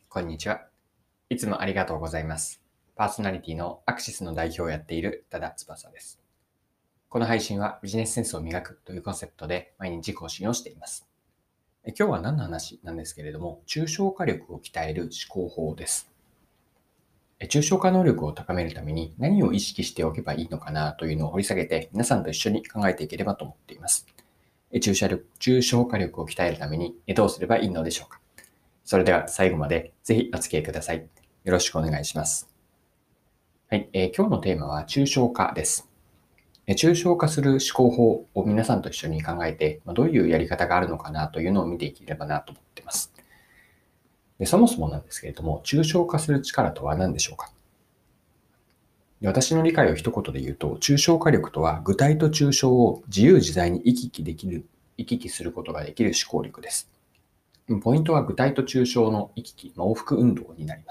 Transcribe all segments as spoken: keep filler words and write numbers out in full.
こんにちは。いつもありがとうございます。パーソナリティのアクシスの代表をやっている多田翼です。この配信はビジネスセンスを磨くというコンセプトで毎日更新をしています。え今日は何の話なんですけれども、抽象化力を鍛える思考法です。え抽象化能力を高めるために何を意識しておけばいいのかなというのを掘り下げて皆さんと一緒に考えていければと思っています。え抽象力抽象化力を鍛えるためにえどうすればいいのでしょうか。それでは最後までぜひお付き合いください。よろしくお願いします。はい、えー今日のテーマは抽象化です。えー抽象化する思考法を皆さんと一緒に考えて、まあどういうやり方があるのかなというのを見ていければなと思っています。でそもそもなんですけれども、抽象化する力とは何でしょうか。で私の理解を一言で言うと、抽象化力とは具体と抽象を自由自在に行き来できる、行き来することができる思考力です。ポイントは具体と抽象の行き来、まあ、往復運動になります。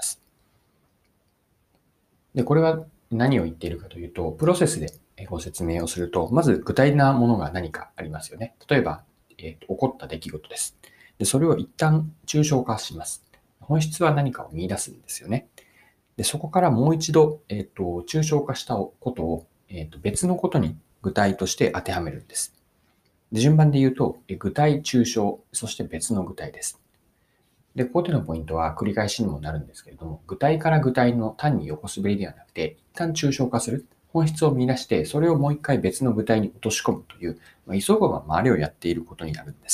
で、これは何を言っているかというと、プロセスでご説明をすると、まず具体なものが何かありますよね。例えば、えーと、起こった出来事です。で、それを一旦抽象化します。本質は何かを見出すんですよね。で、そこからもう一度、えっ、と、抽象化したことを、えっ、と、別のことに具体として当てはめるんです。で、順番で言うと、具体、抽象、そして別の具体です。で、ここでのポイントは繰り返しにもなるんですけれども、具体から具体の単に横滑りではなくて、一旦抽象化する。本質を見出して、それをもう一回別の具体に落とし込むという、まあ、急がば回りをやっていることになるんです。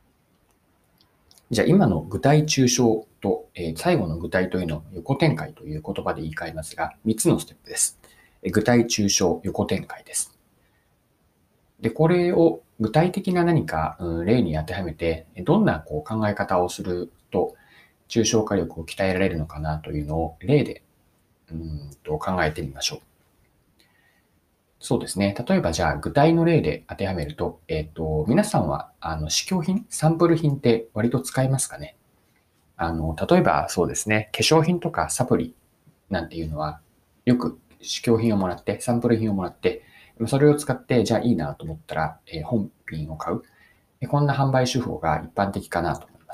じゃあ今の具体抽象と、えー最後の具体というのを横展開という言葉で言い換えますが、みっつのステップです。具体、抽象、横展開です。で、これを具体的な何か、うん、例に当てはめて、どんなこう考え方をすると、抽象化力を鍛えられるのかなというのを例でうんと考えてみましょう。そうですね。例えばじゃあ具体の例で当てはめると、えっと、皆さんはあの試供品、サンプル品って割と使いますかね。あの、例えばそうですね、化粧品とかサプリなんていうのは、よく試供品をもらって、サンプル品をもらって、それを使って、じゃあいいなと思ったら、えー本品を買う。こんな販売手法が一般的かなと思います。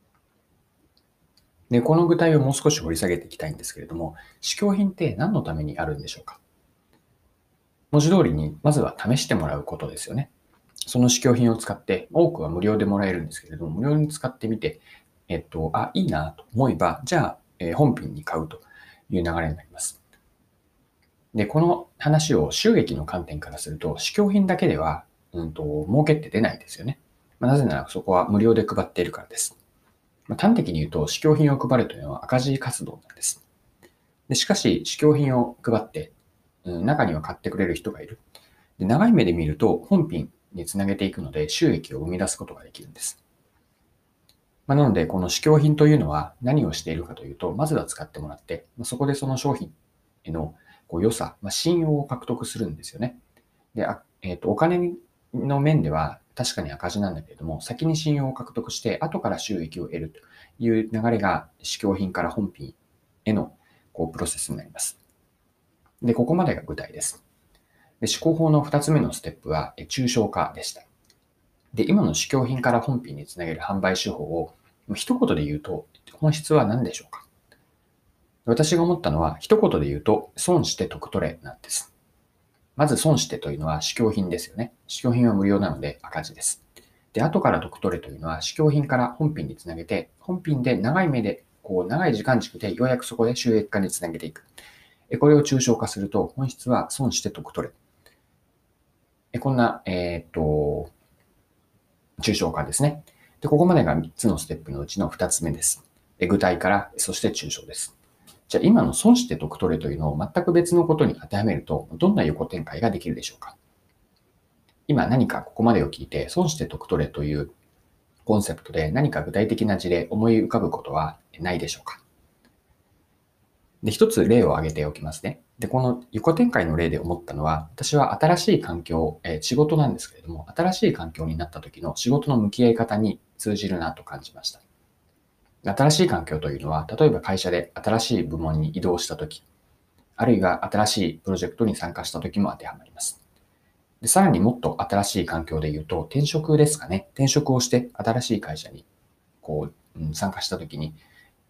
で、この具体をもう少し掘り下げていきたいんですけれども、試供品って何のためにあるんでしょうか。文字通りに、まずは試してもらうことですよね。その試供品を使って、多くは無料でもらえるんですけれども、無料に使ってみて、えっと、あ、いいなと思えば、じゃあ、えー本品に買うという流れになります。で、この話を収益の観点からすると、試供品だけでは、うんと、儲けって出ないですよね。まあ、なぜならそこは無料で配っているからです。まあ、端的に言うと、試供品を配るというのは赤字活動なんです。でしかし、試供品を配って、うん、中には買ってくれる人がいる。で長い目で見ると、本品につなげていくので、収益を生み出すことができるんです。まあ、なので、この試供品というのは何をしているかというと、まずは使ってもらって、そこでその商品へのこう良さ、まあ、信用を獲得するんですよね。で、あえーと、お金の面では確かに赤字なんだけれども、先に信用を獲得して、後から収益を得るという流れが試供品から本品へのこうプロセスになります。で、ここまでが具体です。で、思考法の二つ目のステップは、抽象化でした。で、今の試供品から本品につなげる販売手法を、一言で言うと、本質は何でしょうか。私が思ったのは、一言で言うと、損して得取れなんです。まず損してというのは試供品ですよね。試供品は無料なので赤字です。で、後から得取れというのは試供品から本品につなげて、本品で長い目で、こう長い時間軸でようやくそこで収益化につなげていく。これを抽象化すると、本質は損して得取れ。こんな、えー、っと、抽象化ですね。で、ここまでがみっつのステップのうちのふたつめです。具体から、そして抽象です。じゃあ今の損して得取れというのを全く別のことに当てはめると、どんな横展開ができるでしょうか。今何かここまでを聞いて、損して得取れというコンセプトで何か具体的な事例思い浮かぶことはないでしょうか。で、一つ例を挙げておきますね。で、この横展開の例で思ったのは、私は新しい環境、えー仕事なんですけれども、新しい環境になった時の仕事の向き合い方に通じるなと感じました。新しい環境というのは、例えば会社で新しい部門に移動した時、あるいは新しいプロジェクトに参加した時も当てはまります。でさらにもっと新しい環境で言うと、転職ですかね。転職をして新しい会社にこう、うん参加した時に、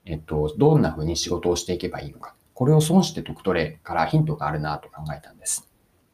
えっと、どんな風に仕事をしていけばいいのか。これを損して得取れからヒントがあるなと考えたんです。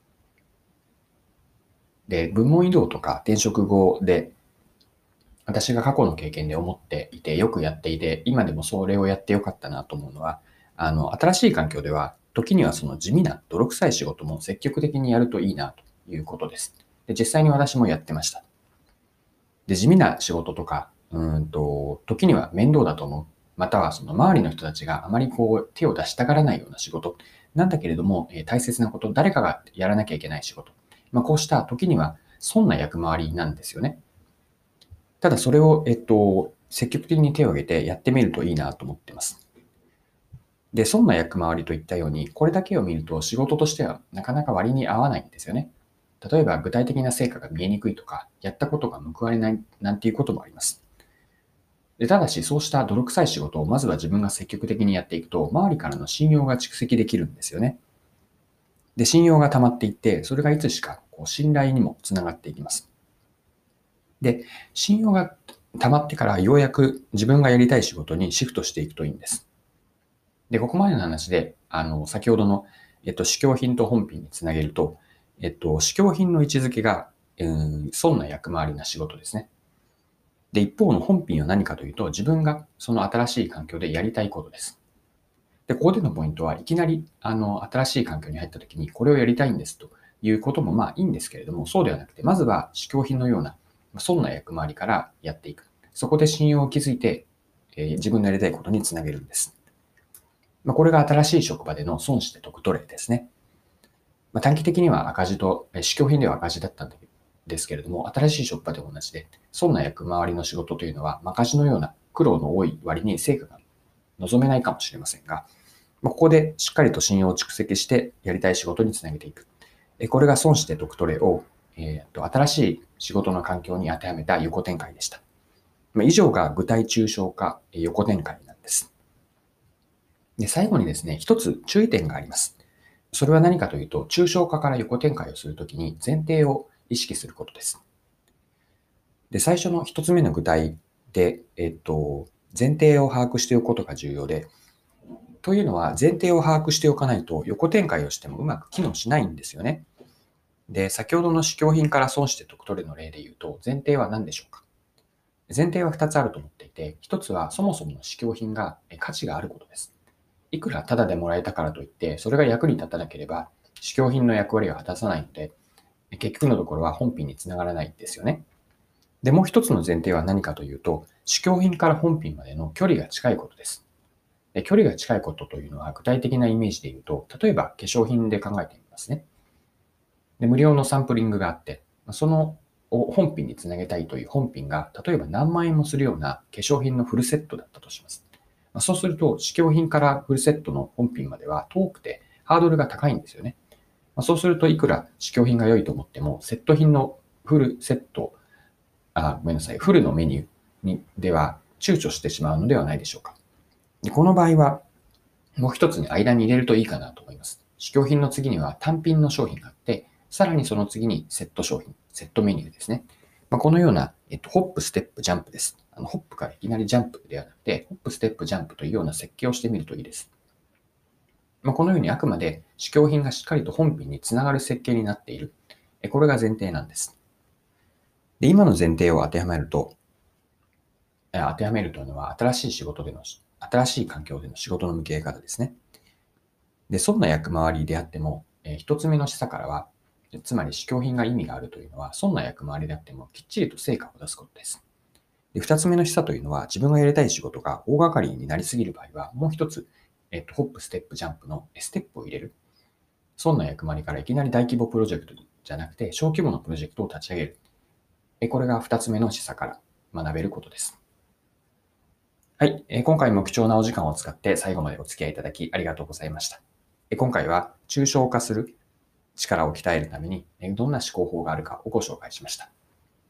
で、部門移動とか転職後で、私が過去の経験で思っていて、よくやっていて、今でもそれをやってよかったなと思うのは、あの、新しい環境では、時にはその地味な泥臭い仕事も積極的にやるといいなということです。で、実際に私もやってました。で、地味な仕事とか、うんと、時には面倒だと思う。またはその周りの人たちがあまりこう手を出したがらないような仕事。なんだけれども、えー大切なこと、誰かがやらなきゃいけない仕事。まあ、こうした時には損な役回りなんですよね。ただそれを、えっと、積極的に手を挙げてやってみるといいなと思ってます。で、損な役回りといったように、これだけを見ると仕事としてはなかなか割に合わないんですよね。例えば具体的な成果が見えにくいとか、やったことが報われないなんていうこともあります。で、ただし、そうした泥臭い仕事をまずは自分が積極的にやっていくと、周りからの信用が蓄積できるんですよね。で、信用が溜まっていって、それがいつしかこう信頼にもつながっていきます。で、信用が溜まってからようやく自分がやりたい仕事にシフトしていくといいんです。で、ここまでの話で、あの、先ほどの、えっと、試供品と本品につなげると、えっと、試供品の位置づけが、うん、損な役回りな仕事ですね。で、一方の本品は何かというと、自分がその新しい環境でやりたいことです。で、ここでのポイントはいきなり、あの、新しい環境に入った時にこれをやりたいんですということもまあいいんですけれども、そうではなくて、まずは試供品のような損な役回りからやっていく。そこで信用を築いて、えー自分のやりたいことにつなげるんです。まあ、これが新しい職場での損して得取れですね。まあ、短期的には赤字と、試供品では赤字だったんですけれども、新しい職場でも同じで、損な役回りの仕事というのは、赤字のような苦労の多い割に成果が望めないかもしれませんが、ここでしっかりと信用を蓄積してやりたい仕事につなげていく。これが損して得取れを、えー、と新しい仕事の環境に当てはめた横展開でした。以上が具体抽象化横展開なんです。で、最後にですね、一つ注意点があります。それは何かというと、抽象化から横展開をするときに前提を意識することです。で、最初の一つ目の具体で、えっと、前提を把握しておくことが重要で、というのは前提を把握しておかないと横展開をしてもうまく機能しないんですよね。で、先ほどの試供品から損して得取れの例で言うと、前提は何でしょうか？前提はふたつあると思っていて、ひとつはそもそもの試供品が価値があることです。いくらタダでもらえたからといって、それが役に立たなければ、試供品の役割を果たさないので、結局のところは本品につながらないんですよね。で、もう一つの前提は何かというと、試供品から本品までの距離が近いことです。で、距離が近いことというのは具体的なイメージで言うと、例えば化粧品で考えてみますね。で、無料のサンプリングがあって、その本品につなげたいという本品が、例えば何万円もするような化粧品のフルセットだったとします。そうすると、試供品からフルセットの本品までは遠くてハードルが高いんですよね。そうすると、いくら試供品が良いと思っても、セット品のフルセット、あ、ごめんなさい、フルのメニューにでは躊躇してしまうのではないでしょうか。でこの場合は、もう一つに間に入れるといいかなと思います。試供品の次には単品の商品があって、さらにその次にセット商品、セットメニューですね。まあ、このような、えっと、ホップ、ステップ、ジャンプです。あのホップからいきなりジャンプではなくて、ホップ、ステップ、ジャンプというような設計をしてみるといいです。まあ、このようにあくまで試供品がしっかりと本品につながる設計になっている。これが前提なんです。で、今の前提を当てはめると、当てはめるというのは新しい仕事での、新しい環境での仕事の向き合い方ですね。で、そんな役回りであっても、えー、一つ目の示唆からは、つまり試供品が意味があるというのは、そんな役回りであってもきっちりと成果を出すことです。で、二つ目の示唆というのは、自分がやりたい仕事が大掛かりになりすぎる場合は、もう一つ、えっと、ホップ、ステップ、ジャンプのステップを入れる。そんな役回りからいきなり大規模プロジェクトじゃなくて、小規模なプロジェクトを立ち上げる。これが二つ目の示唆から学べることです。はい。今回も貴重なお時間を使って最後までお付き合いいただきありがとうございました。今回は抽象化する力を鍛えるためにどんな思考法があるかをご紹介しました。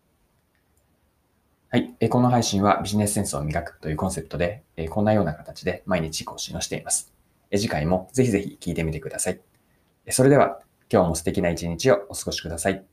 はい。この配信はビジネスセンスを磨くというコンセプトで、こんなような形で毎日更新をしています。次回もぜひぜひ聞いてみてください。それでは今日も素敵な一日をお過ごしください。